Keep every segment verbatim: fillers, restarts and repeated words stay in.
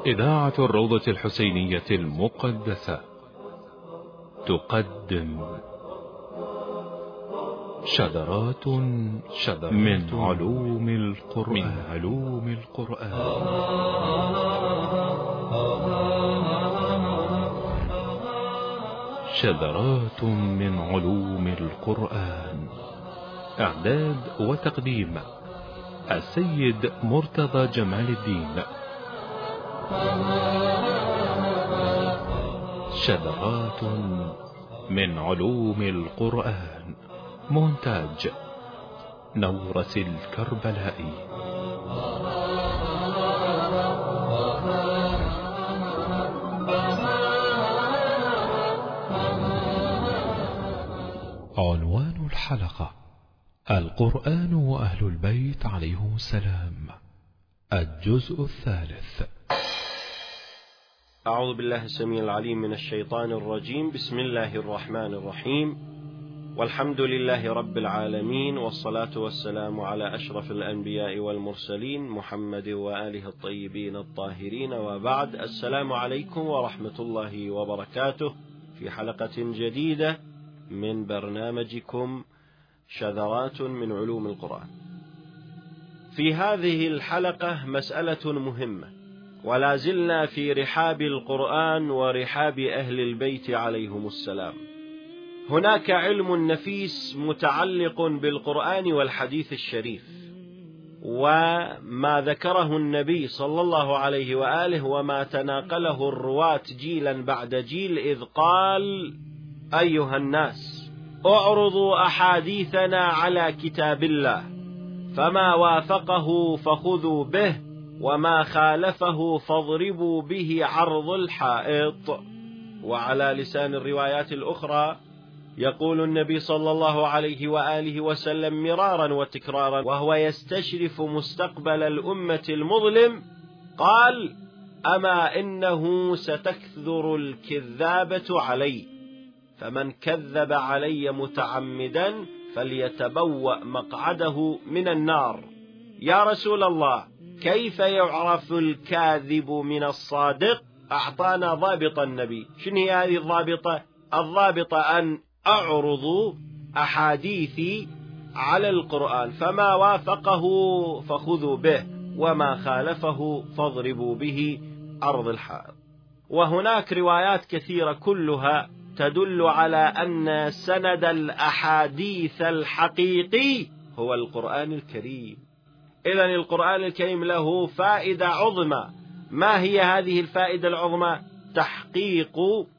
إذاعة الروضة الحسينية المقدسة تقدم شذرات شذرات من علوم القرآن من علوم القرآن شذرات من علوم القرآن. إعداد وتقديم السيد مرتضى جمال الدين. شذرات من علوم القرآن. مونتاج نورس الكربلائي. عنوان الحلقة: القرآن وأهل البيت عليهم السلام، الجزء الثالث. أعوذ بالله السميع العليم من الشيطان الرجيم. بسم الله الرحمن الرحيم، والحمد لله رب العالمين، والصلاة والسلام على أشرف الأنبياء والمرسلين محمد وآله الطيبين الطاهرين، وبعد. السلام عليكم ورحمة الله وبركاته، في حلقة جديدة من برنامجكم شذرات من علوم القرآن. في هذه الحلقة مسألة مهمة، ولا زلنا في رحاب القرآن ورحاب أهل البيت عليهم السلام. هناك علم نفيس متعلق بالقرآن والحديث الشريف، وما ذكره النبي صلى الله عليه وآله وما تناقله الرواة جيلا بعد جيل، إذ قال: أيها الناس، اعرضوا أحاديثنا على كتاب الله، فما وافقه فخذوا به، وما خالفه فاضربوا به عرض الحائط. وعلى لسان الروايات الأخرى يقول النبي صلى الله عليه وآله وسلم مرارا وتكرارا وهو يستشرف مستقبل الأمة المظلم، قال: أما إنه ستكثر الكذابة علي، فمن كذب علي متعمدا فليتبوأ مقعده من النار. يا رسول الله، كيف يعرف الكاذب من الصادق؟ أعطانا ضابط النبي. شنو هي هذه الضابطة؟ الضابطة أن أعرض أحاديثي على القرآن، فما وافقه فخذوا به، وما خالفه فاضربوا به عرض الحائط. وهناك روايات كثيرة كلها تدل على أن سند الأحاديث الحقيقي هو القرآن الكريم. إذن القرآن الكريم له فائدة عظمى. ما هي هذه الفائدة العظمى؟ تحقيق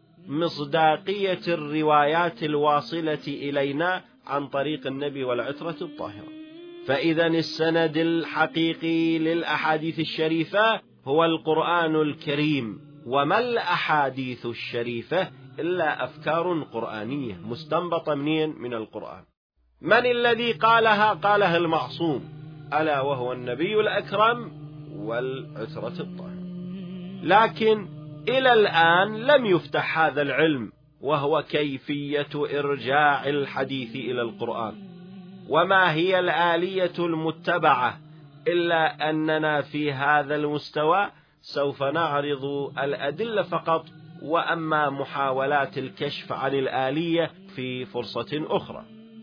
مصداقية الروايات الواصلة إلينا عن طريق النبي والعترة الطاهرة. فإذن السند الحقيقي للأحاديث الشريفة هو القرآن الكريم. وما الأحاديث الشريفة إلا أفكار قرآنية مستنبطة منين؟ من القرآن. من الذي قالها؟ قالها المعصوم، ألا وهو النبي الأكرم والعترة الطاهرة. لكن إلى الآن لم يفتح هذا العلم، وهو كيفية إرجاع الحديث إلى القرآن، وما هي الآلية المتبعة، إلا أننا في هذا المستوى سوف نعرض الأدلة فقط، وأما محاولات الكشف عن الآلية في فرصة أخرى.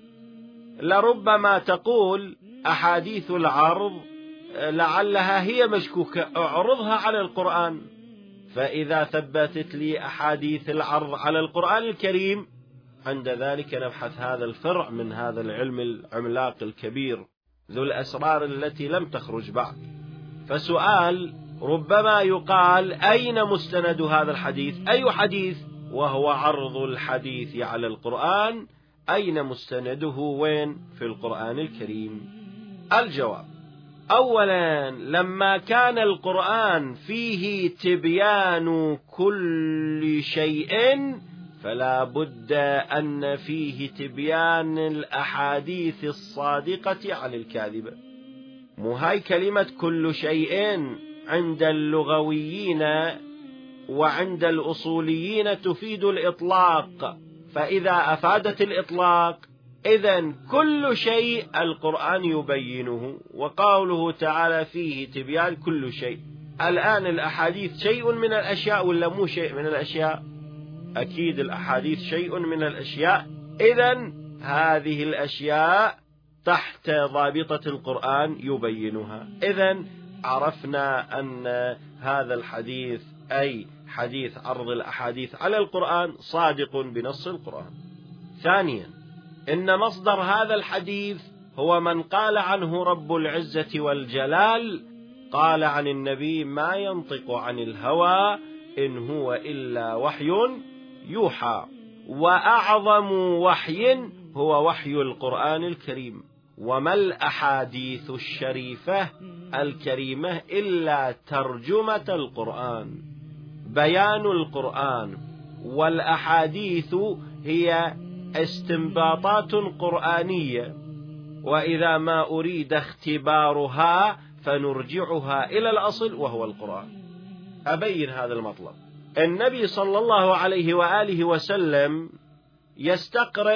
لربما تقول: أحاديث العرض لعلها هي مشكوكة، أعرضها على القرآن. فإذا ثبتت لي أحاديث العرض على القرآن الكريم، عند ذلك نبحث هذا الفرع من هذا العلم العملاق الكبير ذو الأسرار التي لم تخرج بعد. فسؤال ربما يقال: أين مستند هذا الحديث؟ أي حديث؟ وهو عرض الحديث على القرآن. أين مستنده؟ وين؟ في القرآن الكريم. الجواب: أولا، لما كان القرآن فيه تبيان كل شيء، فلا بد أن فيه تبيان الأحاديث الصادقة عن الكاذبة. مو هاي كلمة كل شيء عند اللغويين وعند الأصوليين تفيد الإطلاق، فإذا أفادت الإطلاق إذن كل شيء القرآن يبينه. وقوله تعالى فيه تبيان كل شيء، الآن الأحاديث شيء من الأشياء ولا مو شيء من الأشياء؟ أكيد الأحاديث شيء من الأشياء. إذن هذه الأشياء تحت ضابطة القرآن يبينها. إذن عرفنا أن هذا الحديث أي حديث عرض الأحاديث على القرآن صادق بنص القرآن. ثانيا، إن مصدر هذا الحديث هو من قال عنه رب العزة والجلال، قال عن النبي: ما ينطق عن الهوى إن هو إلا وحي يوحى. وأعظم وحي هو وحي القرآن الكريم. وما الأحاديث الشريفة الكريمة إلا ترجمة القرآن، بيان القرآن. والأحاديث هي استنباطات قرآنية، وإذا ما أريد اختبارها فنرجعها إلى الأصل وهو القرآن. أبين هذا المطلب. النبي صلى الله عليه وآله وسلم يستقرئ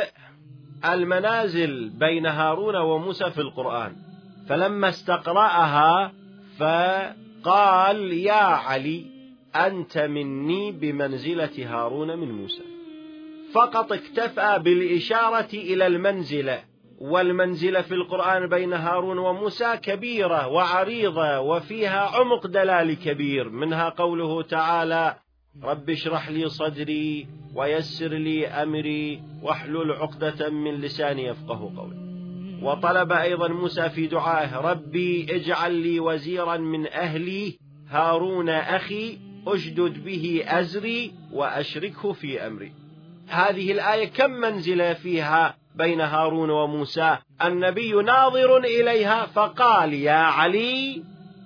المنازل بين هارون وموسى في القرآن، فلما استقرأها فقال: يا علي أنت مني بمنزلة هارون من موسى. فقط اكتفى بالإشارة إلى المنزلة، والمنزلة في القرآن بين هارون وموسى كبيرة وعريضة وفيها عمق دلالي كبير، منها قوله تعالى: رب اشرح لي صدري ويسر لي أمري واحلل عقدة من لساني يفقه قولي. وطلب أيضا موسى في دعائه: ربي اجعل لي وزيرا من أهلي هارون أخي أشدد به أزري وأشركه في أمري. هذه الآية كم منزلة فيها بين هارون وموسى؟ النبي ناظر إليها فقال: يا علي،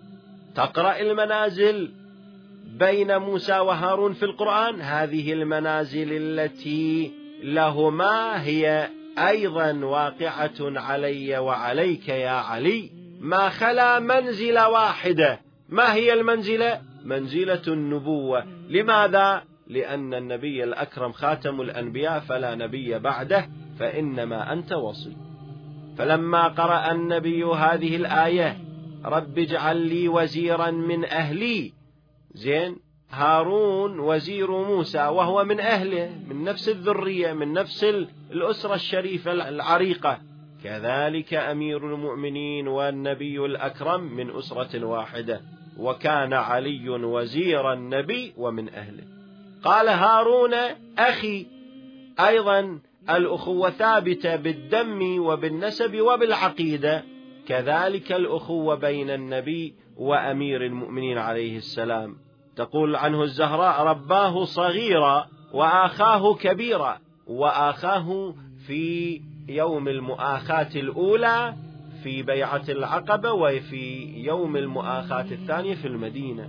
تقرأ المنازل بين موسى وهارون في القرآن، هذه المنازل التي لهما هي أيضا واقعة علي وعليك يا علي، ما خلا منزلة واحدة. ما هي المنزلة؟ منزلة النبوة. لماذا؟ لأن النبي الأكرم خاتم الأنبياء فلا نبي بعده، فإنما أنت وصي. فلما قرأ النبي هذه الآية: رب اجعل لي وزيرا من أهلي، زين، هارون وزير موسى وهو من أهله، من نفس الذرية، من نفس الأسرة الشريفة العريقة، كذلك أمير المؤمنين والنبي الأكرم من أسرة واحدة، وكان علي وزير النبي ومن أهله. قال: هارون أخي، أيضا الأخوة ثابتة بالدم وبالنسب وبالعقيدة، كذلك الأخوة بين النبي وأمير المؤمنين عليه السلام. تقول عنه الزهراء: رباه صغيرا وآخاه كبيرا، وآخاه في يوم المؤاخاة الأولى في بيعة العقبة، وفي يوم المؤاخاة الثانية في المدينة.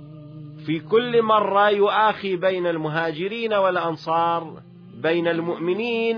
في كل مرة يؤاخي بين المهاجرين والأنصار، بين المؤمنين،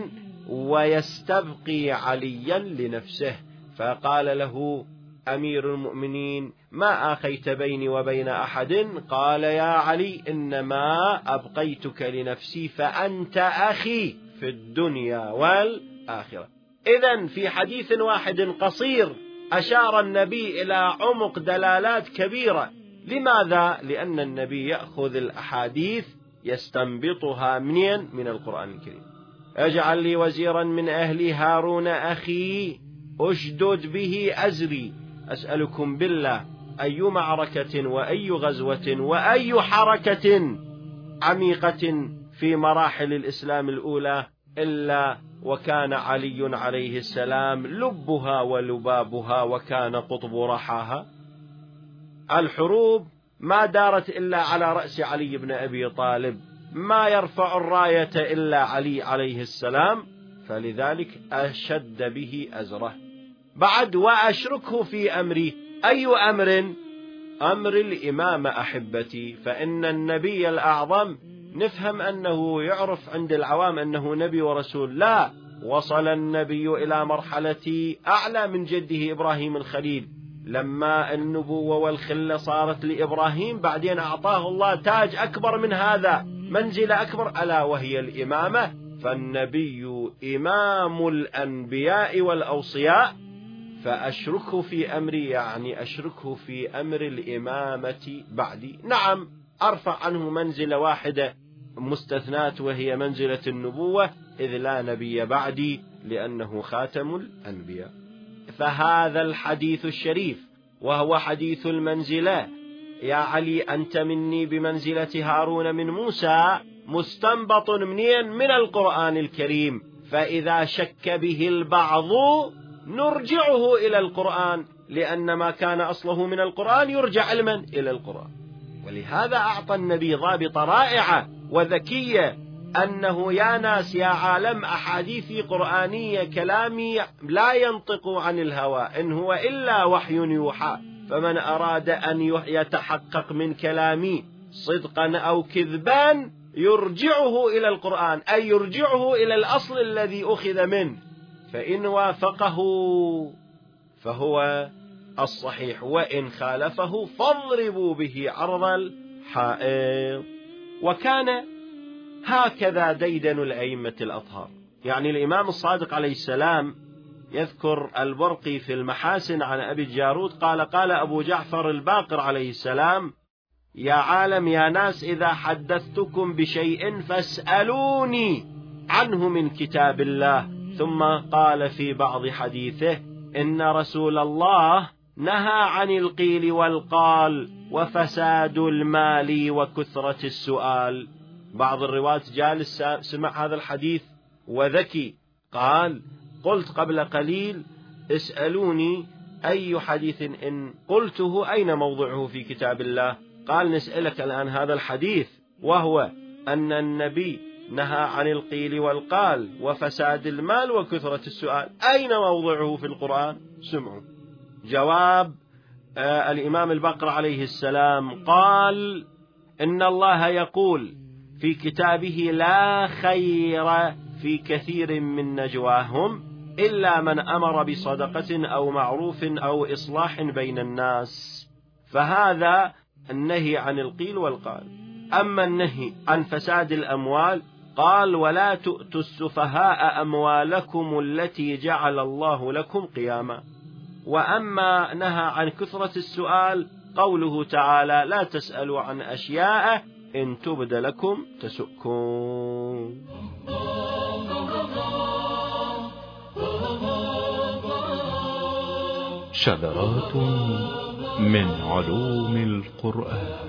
ويستبقي عليا لنفسه. فقال له أمير المؤمنين: ما آخيت بيني وبين أحد؟ قال: يا علي، إنما أبقيتك لنفسي، فأنت أخي في الدنيا والآخرة. إذن في حديث واحد قصير أشار النبي إلى عمق دلالات كبيرة. لماذا؟ لأن النبي يأخذ الأحاديث يستنبطها منين؟ من القرآن الكريم. اجعل لي وزيرا من أهلي هارون أخي أشدد به أزري. أسألكم بالله، أي معركة وأي غزوة وأي حركة عميقة في مراحل الإسلام الأولى إلا وكان علي عليه السلام لبها ولبابها، وكان قطب رحاها. الحروب ما دارت إلا على رأس علي بن أبي طالب، ما يرفع الراية إلا علي عليه السلام، فلذلك أشد به أزره. بعد: وأشركه في أمري. أي أمر؟ أمر الإمامة أحبتي. فإن النبي الأعظم نفهم أنه يعرف عند العوام أنه نبي ورسول، لا، وصل النبي إلى مرحلة أعلى من جده إبراهيم الخليل. لما النبوة والخلة صارت لإبراهيم، بعدين أعطاه الله تاج أكبر من هذا، منزلة أكبر، ألا وهي الإمامة. فالنبي إمام الأنبياء والأوصياء، فأشركه في أمري يعني أشركه في أمر الإمامة بعدي. نعم أرفع عنه منزلة واحدة مستثنات وهي منزلة النبوة، إذ لا نبي بعدي لأنه خاتم الأنبياء. فهذا الحديث الشريف وهو حديث المنزلة، يا علي أنت مني بمنزلة هارون من موسى، مستنبط منين؟ من القرآن الكريم. فإذا شك به البعض نرجعه إلى القرآن، لأن ما كان أصله من القرآن يرجع علما إلى القرآن. ولهذا أعطى النبي ضابط رائعة وذكية، أنه يا ناس يا عالم أحاديث قرآنية كلامي لا ينطق عن الهوى إن هو إلا وحي يوحى، فمن أراد أن يتحقق من كلامي صدقا أو كذبان يرجعه إلى القرآن، أي يرجعه إلى الأصل الذي أخذ منه، فإن وافقه فهو الصحيح، وإن خالفه فاضربوا به عرض الحائط. وكان هكذا ديدن الأئمة الأطهار. يعني الإمام الصادق عليه السلام يذكر البرقي في المحاسن عن أبي الجارود قال قال أبو جعفر الباقر عليه السلام: يا عالم يا ناس إذا حدثتكم بشيء فاسألوني عنه من كتاب الله. ثم قال في بعض حديثه: إن رسول الله نهى عن القيل والقال وفساد المال وكثرة السؤال. بعض الرواة جالس سمع هذا الحديث وذكي قال: قلت قبل قليل اسألوني أي حديث إن قلته أين موضعه في كتاب الله؟ قال: نسألك الآن هذا الحديث وهو أن النبي نهى عن القيل والقال وفساد المال وكثرة السؤال، أين موضعه في القرآن؟ سمعوا جواب آه الإمام الباقر عليه السلام قال: إن الله يقول في كتابه: لا خير في كثير من نجواهم إلا من أمر بصدقة أو معروف أو إصلاح بين الناس. فهذا النهي عن القيل والقال. أما النهي عن فساد الأموال قال: ولا تؤتوا السفهاء أموالكم التي جعل الله لكم قياما. وأما نهى عن كثرة السؤال قوله تعالى: لا تسألوا عن أشياء إن تبد لكم تسؤكم. شذرات من علوم القرآن.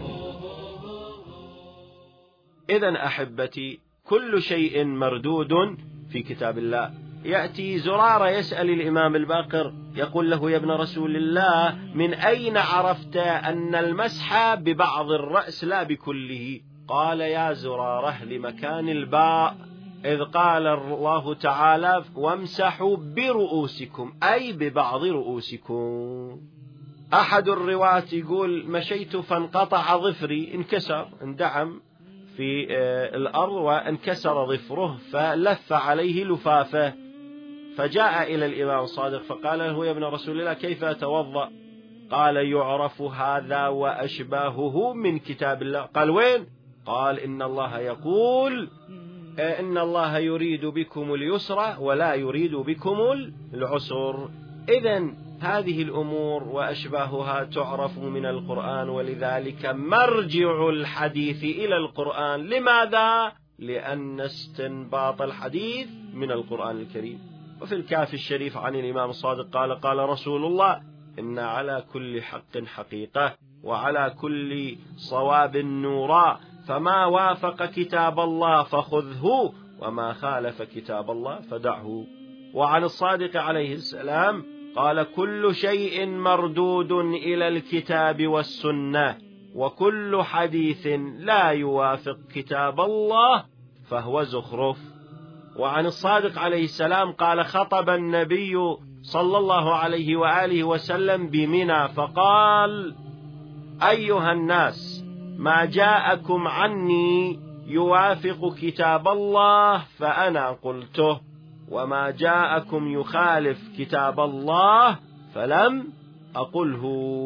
إذن أحبتي كل شيء مردود في كتاب الله. يأتي زرارة يسأل الإمام الباقر يقول له: يا ابن رسول الله، من أين عرفت أن المسح ببعض الرأس لا بكله؟ قال: يا زرارة لمكان الباء، إذ قال الله تعالى: وامسحوا برؤوسكم، أي ببعض رؤوسكم. أحد الرواة يقول: مشيت فانقطع ظفري، انكسر اندعم في الأرض وانكسر ظفره فلف عليه لفافة، فجاء إلى الإمام الصادق فقال له: يا ابن رسول الله كيف أتوضأ؟ قال: يعرف هذا وأشباهه من كتاب الله. قال: وين؟ قال: إن الله يقول: إن الله يريد بكم اليسر ولا يريد بكم العسر. إذن هذه الأمور وأشباهها تعرف من القرآن، ولذلك مرجع الحديث إلى القرآن. لماذا؟ لأن استنباط الحديث من القرآن الكريم. وفي الكافي الشريف عن الإمام الصادق قال: قال رسول الله: إن على كل حق حقيقة وعلى كل صواب نورا، فما وافق كتاب الله فخذه وما خالف كتاب الله فدعه. وعن الصادق عليه السلام قال: كل شيء مردود إلى الكتاب والسنة، وكل حديث لا يوافق كتاب الله فهو زخرف. وعن الصادق عليه السلام قال: خطب النبي صلى الله عليه وآله وسلم بمنى فقال: أيها الناس، ما جاءكم عني يوافق كتاب الله فأنا قلته، وما جاءكم يخالف كتاب الله فلم أقله.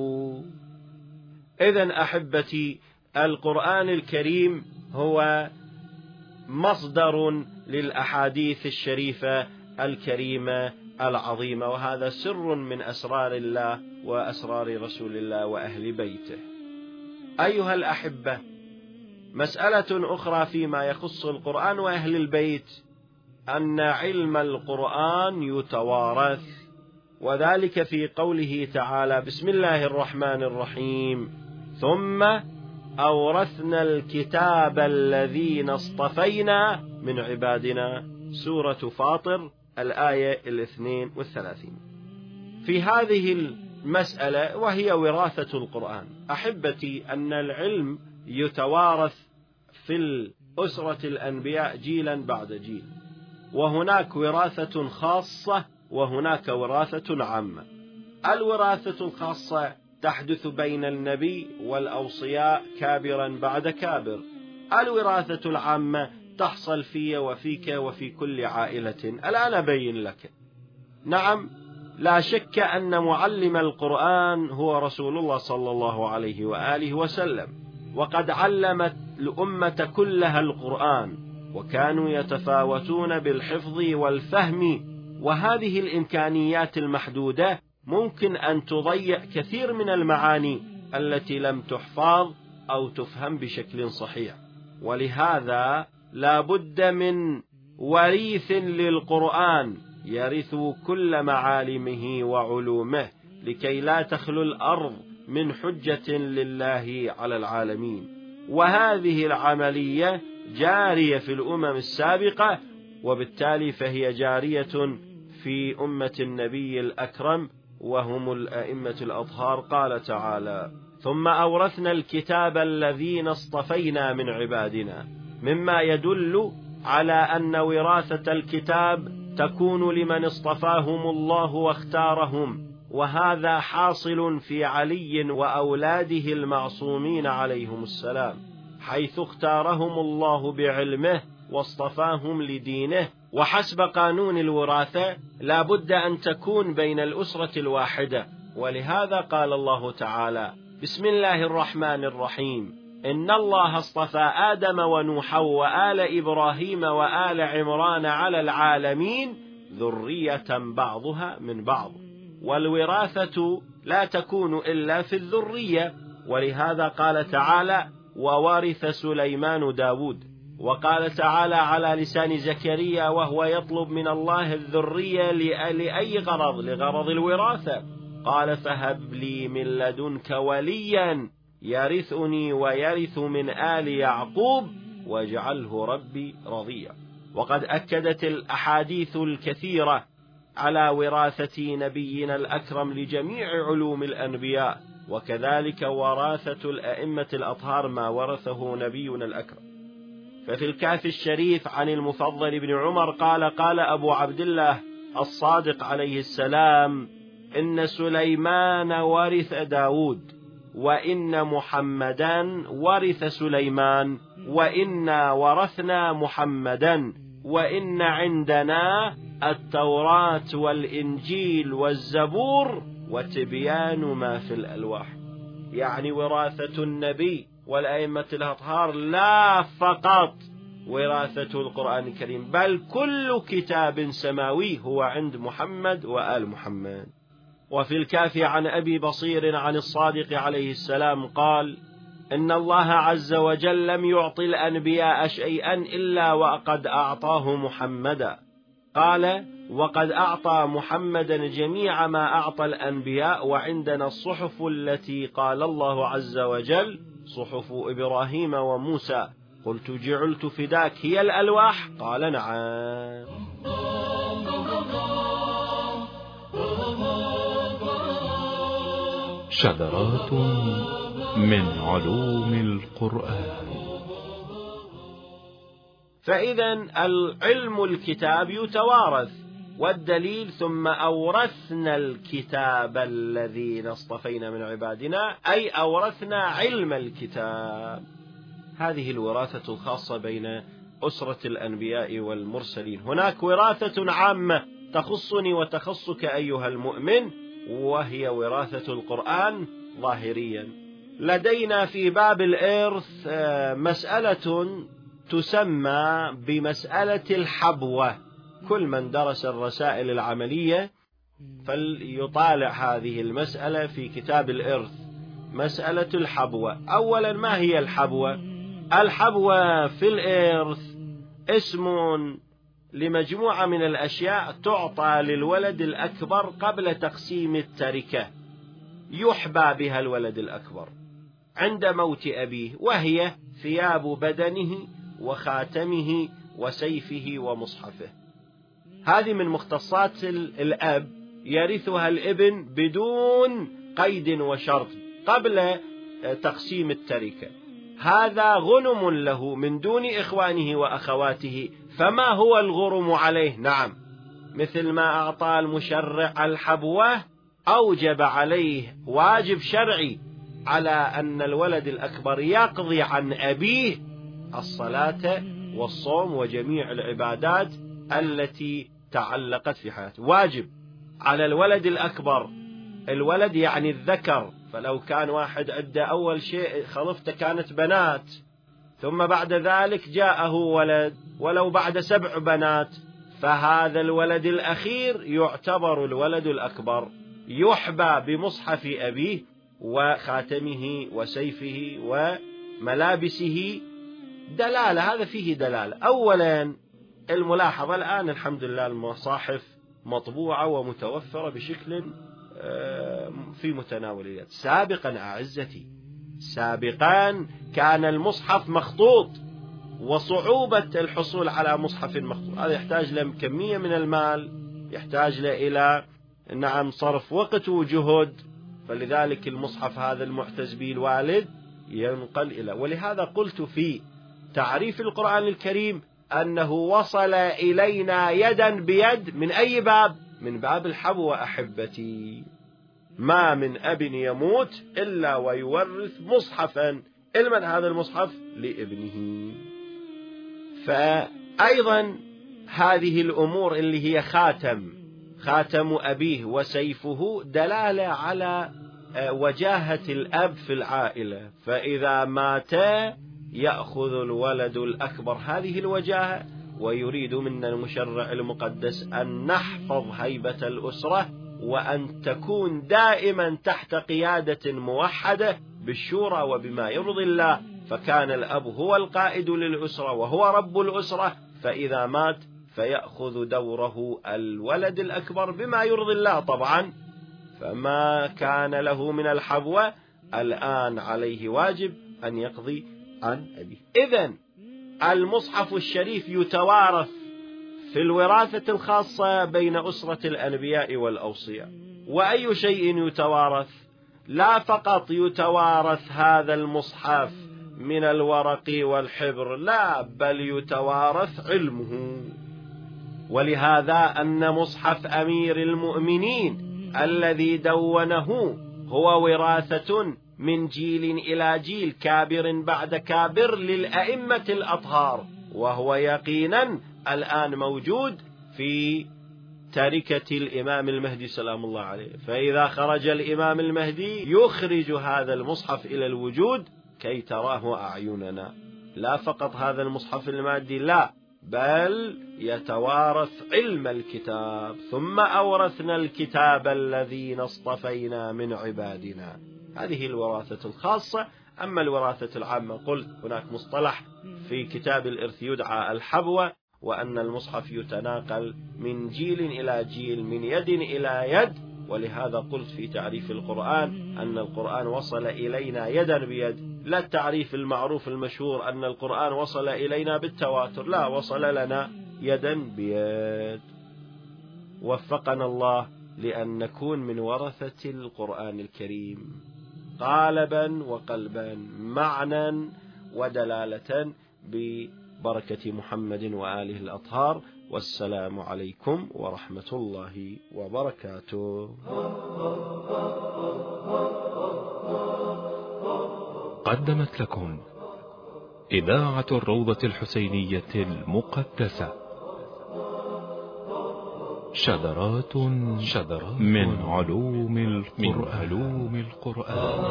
إذن أحبتي القرآن الكريم هو مصدر للأحاديث الشريفة الكريمة العظيمة، وهذا سر من أسرار الله وأسرار رسول الله وأهل بيته. أيها الأحبة، مسألة أخرى فيما يخص القرآن وأهل البيت أن علم القرآن يتوارث، وذلك في قوله تعالى: بسم الله الرحمن الرحيم: ثم أورثنا الكتاب الذين اصطفينا من عبادنا، سورة فاطر الآية الاثنين والثلاثين. في هذه المسألة وهي وراثة القرآن، أحبتي، أن العلم يتوارث في الأسرة الأنبياء جيلا بعد جيل، وهناك وراثة خاصة وهناك وراثة عامة. الوراثة الخاصة تحدث بين النبي والأوصياء كابرا بعد كابر. الوراثة العامة تحصل في وفيك وفي كل عائلة. الآن أبين لك. نعم، لا شك أن معلم القرآن هو رسول الله صلى الله عليه وآله وسلم، وقد علمت الأمة كلها القرآن، وكانوا يتفاوتون بالحفظ والفهم، وهذه الإمكانيات المحدودة ممكن أن تضيع كثير من المعاني التي لم تحفظ أو تفهم بشكل صحيح. ولهذا لا بد من وريث للقرآن يرث كل معالمه وعلومه، لكي لا تخلو الأرض من حجة لله على العالمين. وهذه العملية جارية في الأمم السابقة، وبالتالي فهي جارية في أمة النبي الأكرم وهم الأئمة الأطهار. قال تعالى: ثم أورثنا الكتاب الذين اصطفينا من عبادنا، مما يدل على أن وراثة الكتاب تكون لمن اصطفاهم الله واختارهم، وهذا حاصل في علي وأولاده المعصومين عليهم السلام، حيث اختارهم الله بعلمه واصطفاهم لدينه. وحسب قانون الوراثة لا بد أن تكون بين الأسرة الواحدة، ولهذا قال الله تعالى: بسم الله الرحمن الرحيم: إن الله اصطفى آدم ونوحا وآل إبراهيم وآل عمران على العالمين ذرية بعضها من بعض. والوراثة لا تكون إلا في الذرية، ولهذا قال تعالى: وورث سليمان داود. وقال تعالى على لسان زكريا وهو يطلب من الله الذرية لأي غرض؟ لغرض الوراثة. قال: فهب لي من لدنك وليا يرثني ويرث من آل يعقوب واجعله ربي رضيا. وقد أكدت الأحاديث الكثيرة على وراثة نبينا الأكرم لجميع علوم الأنبياء، وكذلك وراثة الأئمة الأطهار ما ورثه نبينا الأكرم. ففي الكهف الشريف عن المفضل بن عمر قال: قال أبو عبد الله الصادق عليه السلام: إن سليمان ورث داود، وإن محمدا ورث سليمان، وإنا ورثنا محمدا، وإن عندنا التوراة والإنجيل والزبور وتبيان ما في الألواح. يعني وراثة النبي والأئمة الأطهار لا فقط وراثة القرآن الكريم، بل كل كتاب سماوي هو عند محمد وآل محمد. وفي الكافي عن أبي بصير عن الصادق عليه السلام قال: إن الله عز وجل لم يعطي الأنبياء شيئا إلا وقد أعطاه محمدا. قال: وقد أعطى محمدا جميع ما أعطى الأنبياء، وعندنا الصحف التي قال الله عز وجل: صحف إبراهيم وموسى. قلت: جعلت فداك هي الألواح؟ قال: نعم. شذرات من علوم القرآن. فإذا العلم الكتاب يتوارث، والدليل: ثم أورثنا الكتاب الذين اصطفينا من عبادنا، أي أورثنا علم الكتاب. هذه الوراثة الخاصة بين أسرة الأنبياء والمرسلين. هناك وراثة عامة تخصني وتخصك أيها المؤمن، وهي وراثة القرآن ظاهريا. لدينا في باب الإرث مسألة تسمى بمسألة الحبوة. كل من درس الرسائل العملية فليطالع هذه المسألة في كتاب الإرث، مسألة الحبوة. أولا، ما هي الحبوة؟ الحبوة في الإرث اسم لمجموعة من الأشياء تعطى للولد الأكبر قبل تقسيم التركة، يحبى بها الولد الأكبر عند موت أبيه، وهي ثياب بدنه وخاتمه وسيفه ومصحفه. هذه من مختصات الأب، يرثها الابن بدون قيد وشرط قبل تقسيم التركة. هذا غنم له من دون إخوانه وأخواته. فما هو الغرم عليه؟ نعم، مثل ما أعطى المشرع الحبوة، أوجب عليه واجب شرعي على أن الولد الأكبر يقضي عن أبيه الصلاة والصوم وجميع العبادات التي تعلقت في حياته. واجب على الولد الأكبر، الولد يعني الذكر. فلو كان واحد عنده أول شيء خلفته كانت بنات، ثم بعد ذلك جاءه ولد ولو بعد سبع بنات، فهذا الولد الأخير يعتبر الولد الأكبر، يحبى بمصحف أبيه وخاتمه وسيفه وملابسه. دلالة، هذا فيه دلالة. أولا الملاحظة، الآن الحمد لله المصاحف مطبوعة ومتوفرة بشكل في متناول اليد. سابقا أعزتي، سابقا كان المصحف مخطوط، وصعوبة الحصول على مصحف مخطوط هذا يحتاج له كمية من المال، يحتاج له إلى نعم صرف وقت وجهد. فلذلك المصحف هذا المعتز به الوالد ينقل إلى، ولهذا قلت في تعريف القرآن الكريم أنه وصل إلينا يدا بيد. من أي باب؟ من باب الحبوة أحبتي. ما من أب يموت إلا ويورث مصحفا، لمن هذا المصحف؟ لابنه. فأيضا هذه الأمور اللي هي خاتم خاتم أبيه وسيفه دلالة على وجاهة الأب في العائلة. فإذا مات يأخذ الولد الأكبر هذه الوجاهة، ويريد منا المشرع المقدس أن نحفظ هيبة الأسرة، وأن تكون دائما تحت قيادة موحدة بالشورى وبما يرضي الله. فكان الأب هو القائد للأسرة وهو رب الأسرة، فإذا مات فيأخذ دوره الولد الأكبر بما يرضي الله طبعا. فما كان له من الحبوة الآن عليه واجب أن يقضي عن أبيه. إذن المصحف الشريف يتوارث في الوراثة الخاصة بين أسرة الأنبياء والأوصياء. وأي شيء يتوارث؟ لا فقط يتوارث هذا المصحف من الورق والحبر، لا، بل يتوارث علمه. ولهذا أن مصحف أمير المؤمنين الذي دونه هو وراثة من جيل إلى جيل، كابر بعد كابر، للأئمة الأطهار، وهو يقينا الآن موجود في تركة الإمام المهدي سلام الله عليه. فإذا خرج الإمام المهدي يخرج هذا المصحف إلى الوجود كي تراه أعيننا. لا فقط هذا المصحف المادي، لا، بل يتوارث علم الكتاب. ثم أورثنا الكتاب الذين اصطفينا من عبادنا. هذه الوراثة الخاصة. أما الوراثة العامة، قلت هناك مصطلح في كتاب الإرث يدعى الحبوة، وأن المصحف يتناقل من جيل إلى جيل، من يد إلى يد. ولهذا قلت في تعريف القرآن أن القرآن وصل إلينا يدا بيد، لا التعريف المعروف المشهور أن القرآن وصل إلينا بالتواتر، لا، وصل لنا يدا بيد. وفقنا الله لأن نكون من ورثة القرآن الكريم قالبا وقلبا، معنى ودلالة، ببركة محمد وآله الأطهار. والسلام عليكم ورحمة الله وبركاته. قدمت لكم إذاعة الروضة الحسينية المقدسة شذرات شذرات من علوم القرآن, من علوم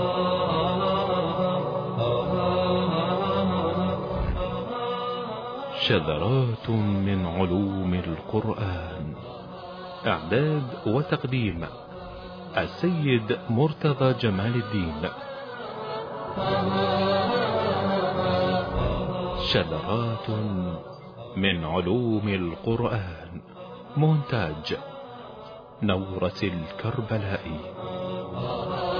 القرآن. شذرات من علوم القرآن. إعداد وتقديم السيد مرتضى جمال الدين. شذرات من علوم القرآن. مونتاج نورة الكربلائي.